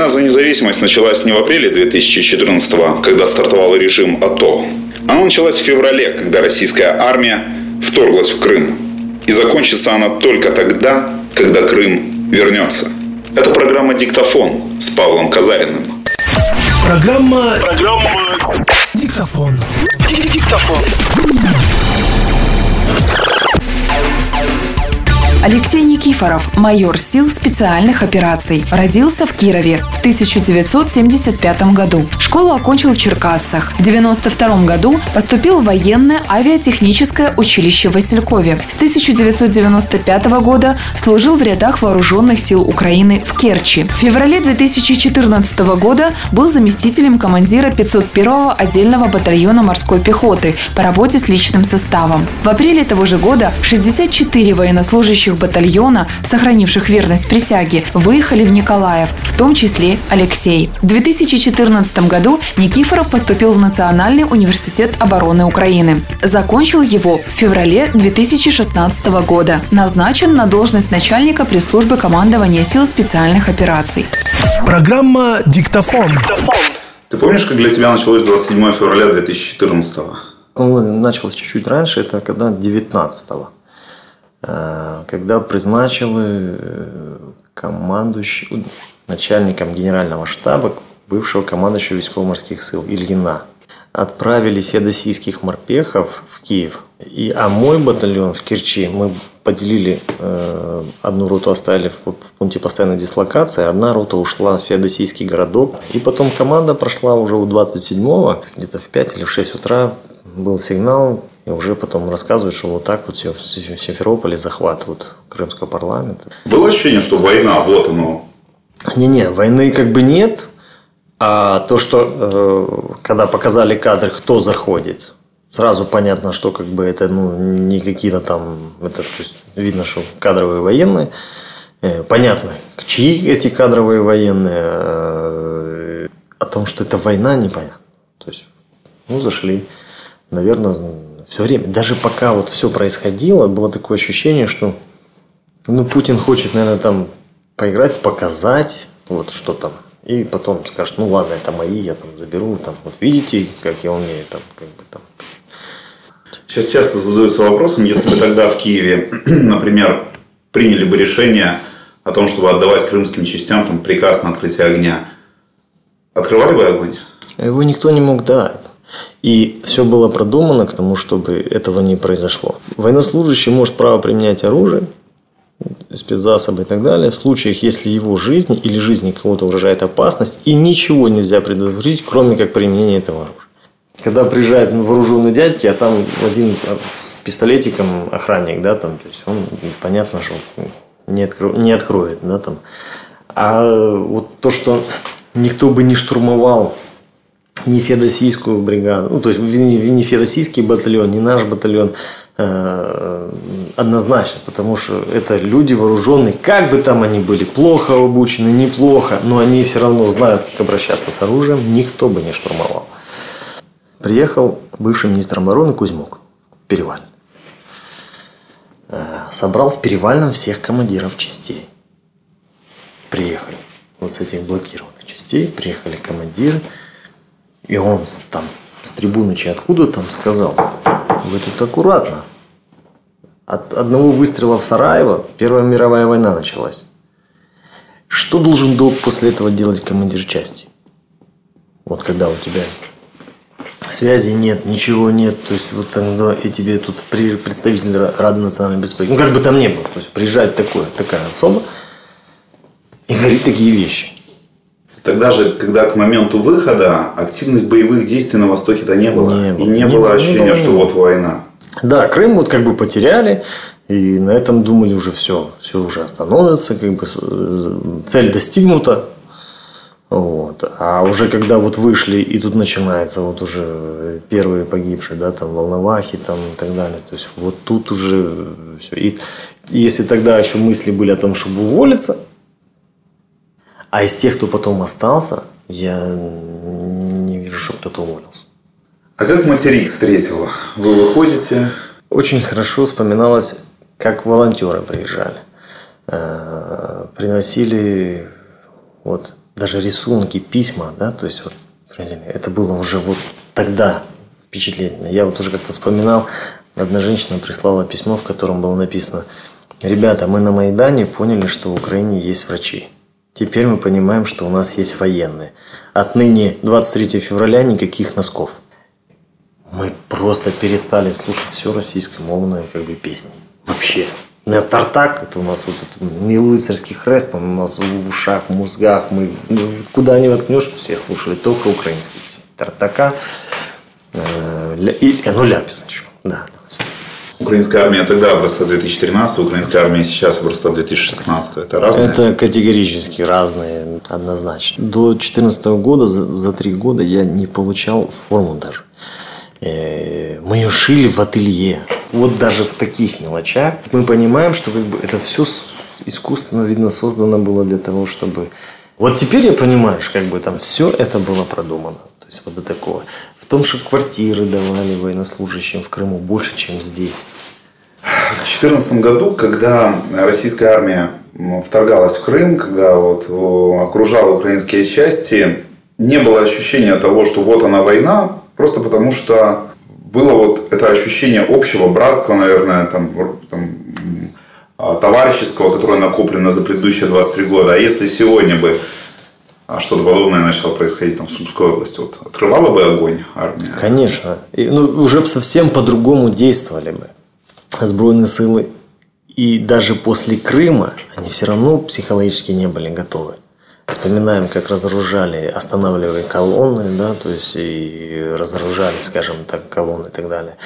Война за независимость началась не в апреле 2014-го, когда стартовал режим АТО. Она началась в феврале, когда российская армия вторглась в Крым. И закончится она только тогда, когда Крым вернется. Это программа «Диктофон» с Павлом Казариным. Программа «Диктофон». Алексей Никифоров, майор сил специальных операций. Родился в Кирове в 1975 году. Школу окончил в Черкассах. В 1992 году поступил в военное авиатехническое училище в Василькове. С 1995 года служил в рядах вооруженных сил Украины в Керчи. В феврале 2014 года был заместителем командира 501-го отдельного батальона морской пехоты по работе с личным составом. В апреле того же года 64 военнослужащих батальона, сохранивших верность присяге, выехали в Николаев, в том числе Алексей. В 2014 году Никифоров поступил в Национальный университет обороны Украины. Закончил его в феврале 2016 года. Назначен на должность начальника пресс-службы командования сил специальных операций. Программа «Диктофон». Ты помнишь, как для тебя началось 27 февраля 2014-го? Началось чуть-чуть раньше, это когда 19-го. Когда призначили начальником генерального штаба бывшего командующего військово-морских сил Ильина. Отправили феодосийских морпехов в Киев. А мой батальон в Керчи мы поделили, одну роту оставили в пункте постоянной дислокации, одна рота ушла в феодосийский городок. И потом команда прошла уже у 27-го, где-то в 5 или в 6 утра был сигнал. И уже потом рассказывают, что вот так вот в Симферополе захватывают крымского парламента. Было ощущение, что война, вот оно? Не, войны как бы нет. А то, что когда показали кадры, кто заходит, сразу понятно, что как бы это не какие-то там, это, то есть, видно, что кадровые военные. Понятно, чьи эти кадровые военные. О том, что это война, непонятно. То есть, зашли, наверное, все время, даже пока вот все происходило, было такое ощущение, что Путин хочет, наверное, там поиграть, показать, вот что там. И потом скажет, ладно, это мои, я там заберу, там, вот видите, как я умею, там, как бы там. Сейчас часто задаются вопросом, если бы тогда в Киеве, например, приняли бы решение о том, чтобы отдавать крымским частям там, приказ на открытие огня, открывали бы огонь? Его никто не мог дать. И все было продумано к тому, чтобы этого не произошло. Военнослужащий может право применять оружие, спецзасобы и так далее, в случаях, если его жизни или жизни кого-то угрожает опасность, и ничего нельзя предотвратить, кроме как применения этого оружия. Когда приезжает вооруженный дядьки, а там один с пистолетиком охранник, да, там, то есть он, понятно, что не откроет, да, там. А вот то, что никто бы не штурмовал ни феодосийскую бригаду, то есть не феодосийский батальон, не наш батальон, однозначно, потому что это люди вооруженные, как бы там они были, плохо обучены, неплохо, но они все равно знают, как обращаться с оружием, никто бы не штурмовал. Приехал бывший министр обороны Кузьмук в Перевальном. Собрал в Перевальном всех командиров частей. Приехали. Вот с этих блокированных частей приехали командиры. И он там с трибуны откуда там сказал, вы тут аккуратно. От одного выстрела в Сараево Первая мировая война началась. Что должен был после этого делать командир части? Вот когда у тебя связи нет, ничего нет, то есть вот тогда и тебе тут представитель Рады национальной безопасности, как бы там ни было, то есть приезжает такая особа и говорит такие вещи. Тогда же, когда к моменту выхода активных боевых действий на Востоке-то не было. Не было ощущения, что вот война. Да, Крым вот как бы потеряли. И на этом думали уже все уже остановится. Как бы цель достигнута. Вот. А уже когда вот вышли, и тут начинается вот уже первые погибшие, да, там Волновахи там, и так далее. То есть вот тут уже все. И если тогда еще мысли были о том, чтобы уволиться, а из тех, кто потом остался, я не вижу, чтобы кто-то уволился. А как материк встретил? Вы выходите? Очень хорошо вспоминалось, как волонтеры приезжали. Приносили вот даже рисунки, письма, да, то есть вот это было уже вот тогда впечатлительно. Я вот уже как-то вспоминал, одна женщина прислала письмо, в котором было написано: «Ребята, мы на Майдане поняли, что в Украине есть врачи. Теперь мы понимаем, что у нас есть военные. Отныне 23 февраля никаких носков». Мы просто перестали слушать все российскомовные как бы песни. Вообще. На Тартак, это у нас вот этот милыцарский хрест, он у нас в ушах, в мозгах. Мы куда ни воткнешь, все слушали только украинские песни. Тартака и Ляпис еще. Да. Украинская армия тогда образца 2013, украинская армия сейчас образца 2016. Это разные? Это категорически разные, однозначно. До 2014 года, за 3 года я не получал форму даже. Мы ее шили в ателье. Вот даже в таких мелочах мы понимаем, что как бы это все искусственно, видно, создано было для того, чтобы... Вот теперь я понимаю, что как бы там все это было продумано. То есть вот до такого. В том, что квартиры давали военнослужащим в Крыму больше, чем здесь. В 2014 году, когда российская армия вторгалась в Крым, когда вот окружала украинские части, не было ощущения того, что вот она война, просто потому что было вот это ощущение общего, братского, наверное, товарищеского, которое накоплено за предыдущие 23 года. А если сегодня бы что-то подобное начало происходить там в Сумской области, вот отрывала бы огонь армия? Конечно. Уже совсем по-другому действовали бы Збройные силы. И даже после Крыма они все равно психологически не были готовы. Вспоминаем, как разоружали, останавливали колонны, да, то есть и разоружали, скажем так, колонны и так далее.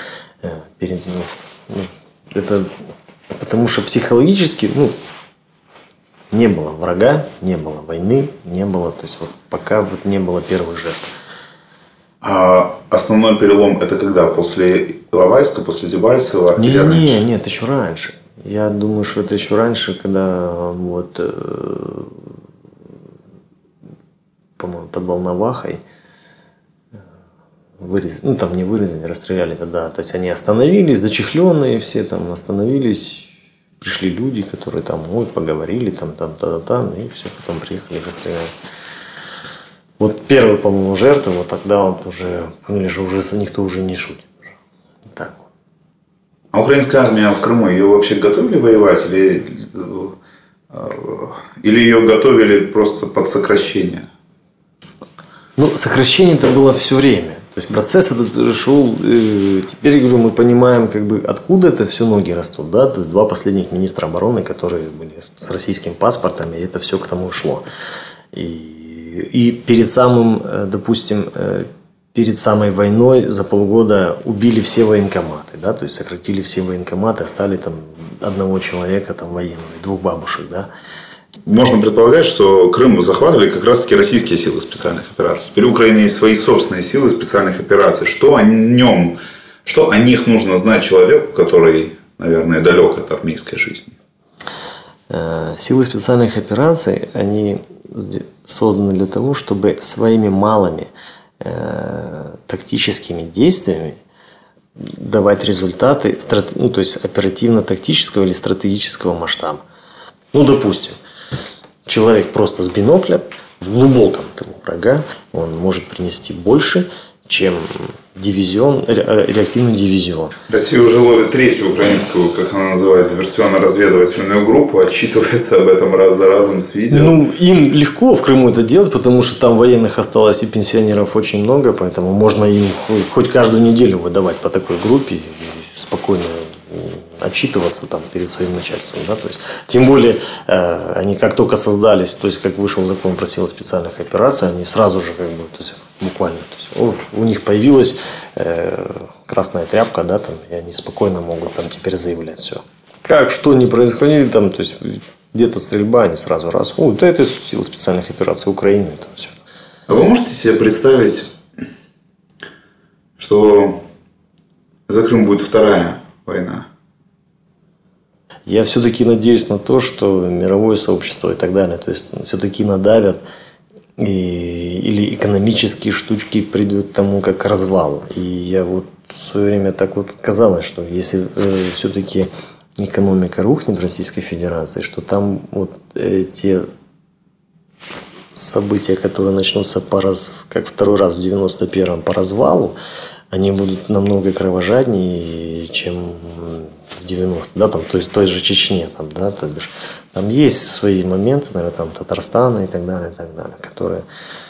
Это потому что психологически, не было врага, не было войны, не было, то есть вот пока вот не было первых жертв. А основной перелом это когда? После Иловайска, после Дебальцева? Нет, еще раньше. Я думаю, что это еще раньше, когда вот, по-моему, под Волновахой вырезали, там не вырезали, расстреляли тогда. То есть они остановились, зачехленные все там остановились. Пришли люди, которые там поговорили, там, и все, потом приехали и расстреляли. Вот первая, по-моему, жертва, вот тогда вот уже поняли, что уже никто уже не шутит. Так. А украинская армия в Крыму, ее вообще готовили воевать или ее готовили просто под сокращение? Сокращение это было все время. То есть процесс этот шел. Теперь, говорю, мы понимаем, как бы, откуда это все ноги растут. Да? Два последних министра обороны, которые были с российским паспортом, и это все к тому шло. И перед самым, допустим, перед самой войной за полгода убили все военкоматы, да? То есть сократили все военкоматы, оставили там одного человека там военного, 2 бабушек, да. Можно предполагать, что Крым захватывали как раз-таки российские силы специальных операций. Теперь у Украины есть свои собственные силы специальных операций. Что о них нужно знать человеку, который, наверное, далек от армейской жизни? Силы специальных операций, они созданы для того, чтобы своими малыми тактическими действиями давать результаты, то есть оперативно-тактического или стратегического масштаба. Допустим, человек просто с биноклем в глубоком тылу врага, он может принести больше, чем реактивный дивизион. Россия уже ловит 3-ю украинскую, как она называется, диверсионно-разведывательную группу, отчитывается об этом раз за разом с видео. Им легко в Крыму это делать, потому что там военных осталось и пенсионеров очень много, поэтому можно им хоть каждую неделю выдавать по такой группе и спокойно отчитываться там перед своим начальством, да, то есть, тем более они как только создались, то есть как вышел закон про силы специальных операций, они сразу же как бы, то есть, буквально, то есть, у них появилась красная тряпка, да, там, и они спокойно могут там теперь заявлять все. Как что ни происходило там, то есть где-то стрельба, они сразу раз, это силы специальных операций Украины, там все. А вы можете себе представить, что за Крым будет 2-я война? Я все-таки надеюсь на то, что мировое сообщество и так далее, то есть все-таки надавят или экономические штучки придут к тому, как к развалу. И я вот в свое время так вот казалось, что если все-таки экономика рухнет в Российской Федерации, что там вот те события, которые начнутся как второй раз в 91-м по развалу, они будут намного кровожаднее, чем в 90-м, да, там, то есть в той же Чечне, там, да, то бишь, там есть свои моменты, наверное, там Татарстана и так далее, которые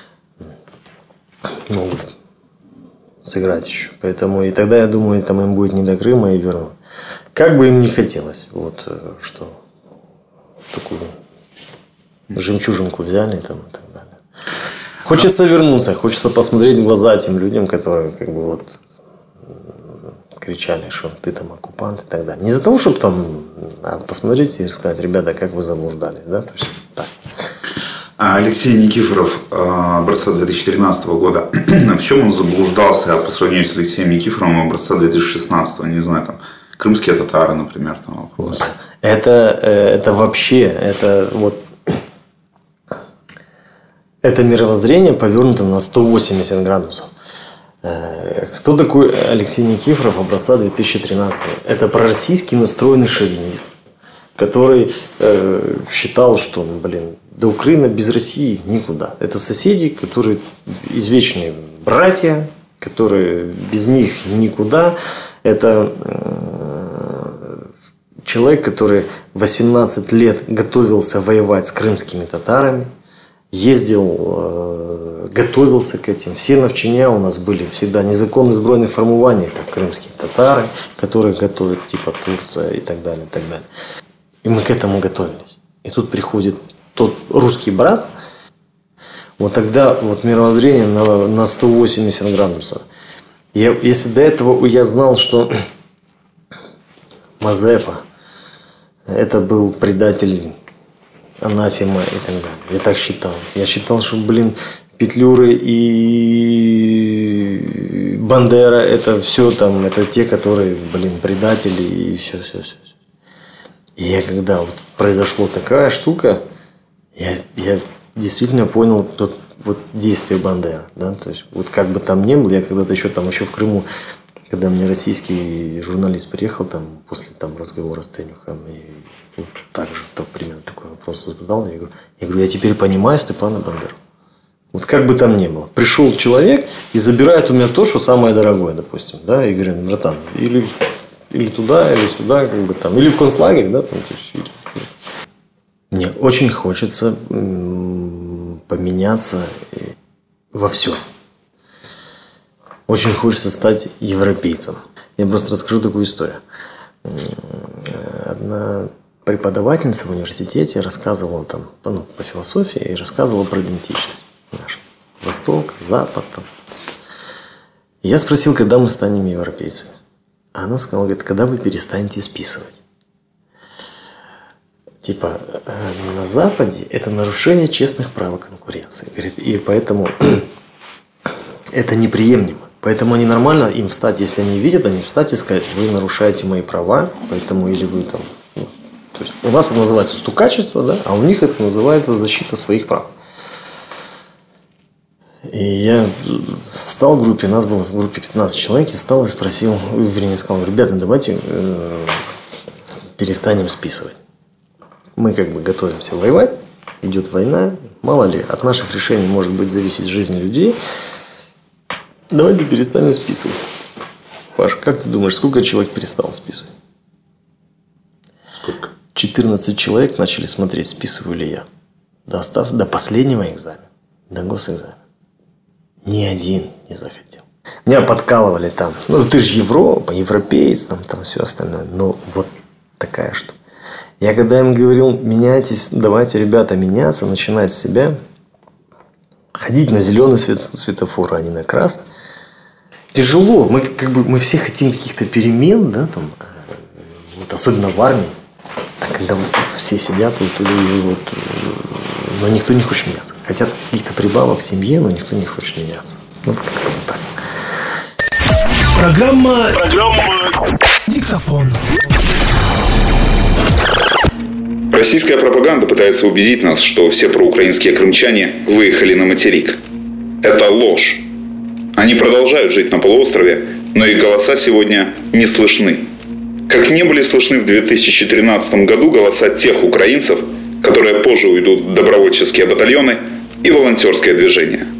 могут сыграть еще. Поэтому и тогда, я думаю, там им будет не до Крыма и вернут. Как бы им не хотелось, вот что такую жемчужинку взяли там, и так далее. Хочется вернуться, хочется посмотреть в глаза тем людям, которые как бы вот кричали, что ты там оккупант и так далее. Не из-за того, чтобы там посмотреть и сказать, ребята, как вы заблуждались, да, то есть так. Алексей Никифоров, образца 2013 года. В чем он заблуждался по сравнению с Алексеем Никифоровым образца 2016? Не знаю, там, крымские татары, например, там вопрос. Это вообще, это вот это мировоззрение повернуто на 180 градусов. Кто такой Алексей Никифоров образца 2013? Это пророссийский настроенный шовинист, который считал, что, до Украины без России никуда. Это соседи, которые извечные братья, которые без них никуда. Это человек, который 18 лет готовился воевать с крымскими татарами, ездил, готовился к этим. Все навчання у нас были всегда незаконные сбройные формирования, это крымские татары, которые готовят типа Турция и так далее, и так далее. И мы к этому готовились. И тут приходит тот русский брат, вот тогда вот мировоззрение на 180 градусов. Если до этого я знал, что Мазепа это был предатель, анафема и так далее. Я так считал. Я считал, что, Петлюры и Бандера это все там, это те, которые, предатели и все. И я когда вот произошла такая штука, я действительно понял вот действие Бандеры, да, то есть вот как бы там ни было, я когда-то еще в Крыму, когда мне российский журналист приехал там после разговора с Тенюхом и вот так же примерно такой вопрос задал, я говорю, я теперь понимаю Степана Бандеру. Вот как бы там ни было, пришел человек и забирает у меня то, что самое дорогое, допустим, да, и говорит, братан, или туда, или сюда, или в концлагерь, да, там, то есть, мне очень хочется поменяться во всем. Очень хочется стать европейцем. Я просто расскажу такую историю. Одна преподавательница в университете рассказывала по философии и рассказывала про идентичность. Восток, Запад. Там. И я спросил, когда мы станем европейцами. А она сказала, говорит, когда вы перестанете списывать. На Западе это нарушение честных правил конкуренции. Говорит, и поэтому это неприемлемо. Поэтому они нормально им встать, если они видят, они встать и сказать, вы нарушаете мои права, поэтому или вы там... то есть у нас это называется стукачество, да, а у них это называется защита своих прав. И я встал в группе, нас было в группе 15 человек, и встал и спросил, сказал, ребята, давайте перестанем списывать. Мы готовимся воевать, идет война, мало ли, от наших решений может быть зависеть жизнь людей. Давайте перестанем списывать. Паш, как ты думаешь, сколько человек перестал списывать? Сколько? 14 человек начали смотреть, списываю ли я. До последнего экзамена, до госэкзамена. Ни один не захотел. Меня подкалывали там. Ты же Европа, европеец, там все остальное. Но вот такая штука. Я когда им говорил, меняйтесь, давайте, ребята, меняться, начинать с себя, ходить на зеленый светофор, а не на красный. Тяжело. Мы все хотим каких-то перемен, да, там, особенно в армии. А когда все сидят, но никто не хочет меняться. Хотят каких-то прибавок в семье, но никто не хочет меняться. Так. Программа «Диктофон». Российская пропаганда пытается убедить нас, что все проукраинские крымчане выехали на материк. Это ложь. Они продолжают жить на полуострове, но их голоса сегодня не слышны. Как не были слышны в 2013 году голоса тех украинцев, которые позже уйдут в добровольческие батальоны, и волонтерское движение.